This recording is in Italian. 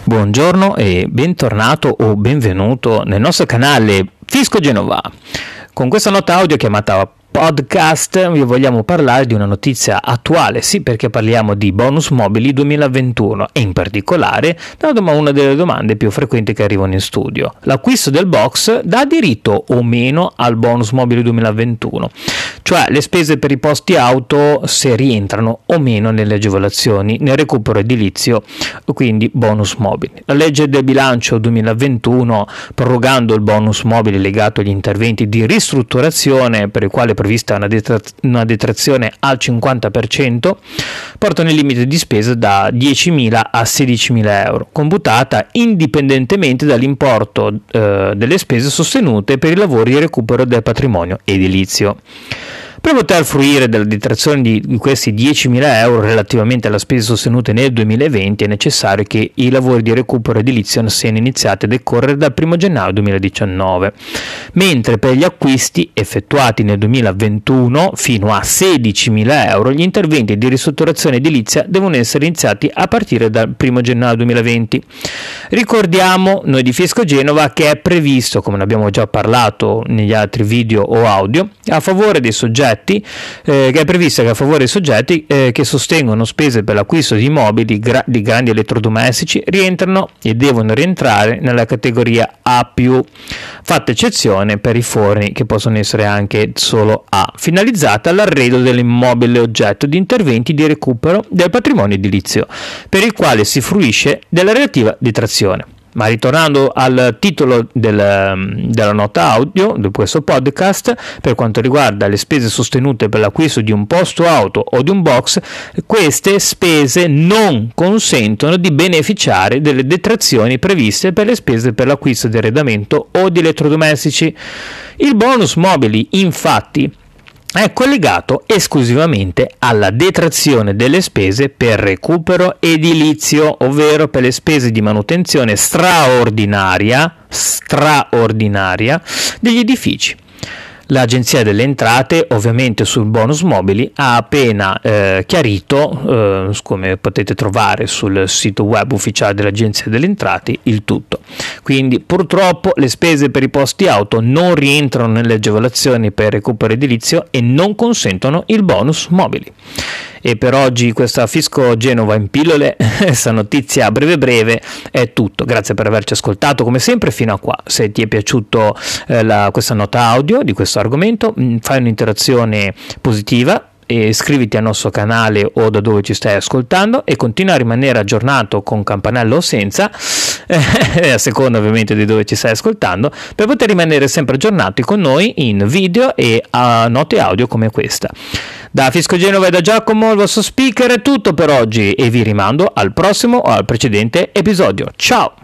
Buongiorno e bentornato o benvenuto nel nostro canale Fisco Genova. Con questa nota audio chiamata podcast vi vogliamo parlare di una notizia attuale, sì, perché parliamo di bonus mobili 2021 e in particolare una delle domande più frequenti che arrivano in studio: l'acquisto del box dà diritto o meno al bonus mobili 2021, cioè le spese per i posti auto se rientrano o meno nelle agevolazioni nel recupero edilizio, quindi bonus mobili. La legge del bilancio 2021, prorogando il bonus mobili legato agli interventi di ristrutturazione per i quali è prevista una detrazione al 50%, portano il limite di spesa da 10.000 a 16.000 euro, computata indipendentemente dall'importo delle spese sostenute per i lavori di recupero del patrimonio edilizio. Per poter fruire della detrazione di questi 10.000 euro relativamente alle spese sostenute nel 2020 è necessario che i lavori di recupero edilizio siano iniziati a decorrere dal 1 gennaio 2019, mentre per gli acquisti effettuati nel 2021 fino a 16.000 euro gli interventi di ristrutturazione edilizia devono essere iniziati a partire dal 1 gennaio 2020. Ricordiamo noi di Fisco Genova che è previsto, come ne abbiamo già parlato negli altri video o audio, a favore dei soggetti che è previsto che a favore dei soggetti che sostengono spese per l'acquisto di immobili di grandi elettrodomestici rientrano e devono rientrare nella categoria A+, fatta eccezione per i forni che possono essere anche solo A, finalizzata all'arredo dell'immobile oggetto di interventi di recupero del patrimonio edilizio, per il quale si fruisce della relativa detrazione. Ma ritornando al titolo della nota audio di questo podcast, per quanto riguarda le spese sostenute per l'acquisto di un posto auto o di un box, queste spese non consentono di beneficiare delle detrazioni previste per le spese per l'acquisto di arredamento o di elettrodomestici. Il bonus mobili, infatti, è collegato esclusivamente alla detrazione delle spese per recupero edilizio, ovvero per le spese di manutenzione straordinaria degli edifici. L'Agenzia delle Entrate, ovviamente sul bonus mobili, ha appena chiarito, come potete trovare sul sito web ufficiale dell'Agenzia delle Entrate, il tutto. Quindi purtroppo le spese per i posti auto non rientrano nelle agevolazioni per recupero edilizio e non consentono il bonus mobili. E per oggi questa Fisco Genova in pillole, questa notizia breve è tutto. Grazie per averci ascoltato come sempre fino a qua. Se ti è piaciuto questa nota audio di questo argomento, fai un'interazione positiva e iscriviti al nostro canale o da dove ci stai ascoltando e continua a rimanere aggiornato con campanello o senza, a seconda ovviamente di dove ci stai ascoltando, per poter rimanere sempre aggiornati con noi in video e a note audio come questa. Da Fisco Genova e da Giacomo, il vostro speaker, è tutto per oggi e vi rimando al prossimo o al precedente episodio. Ciao!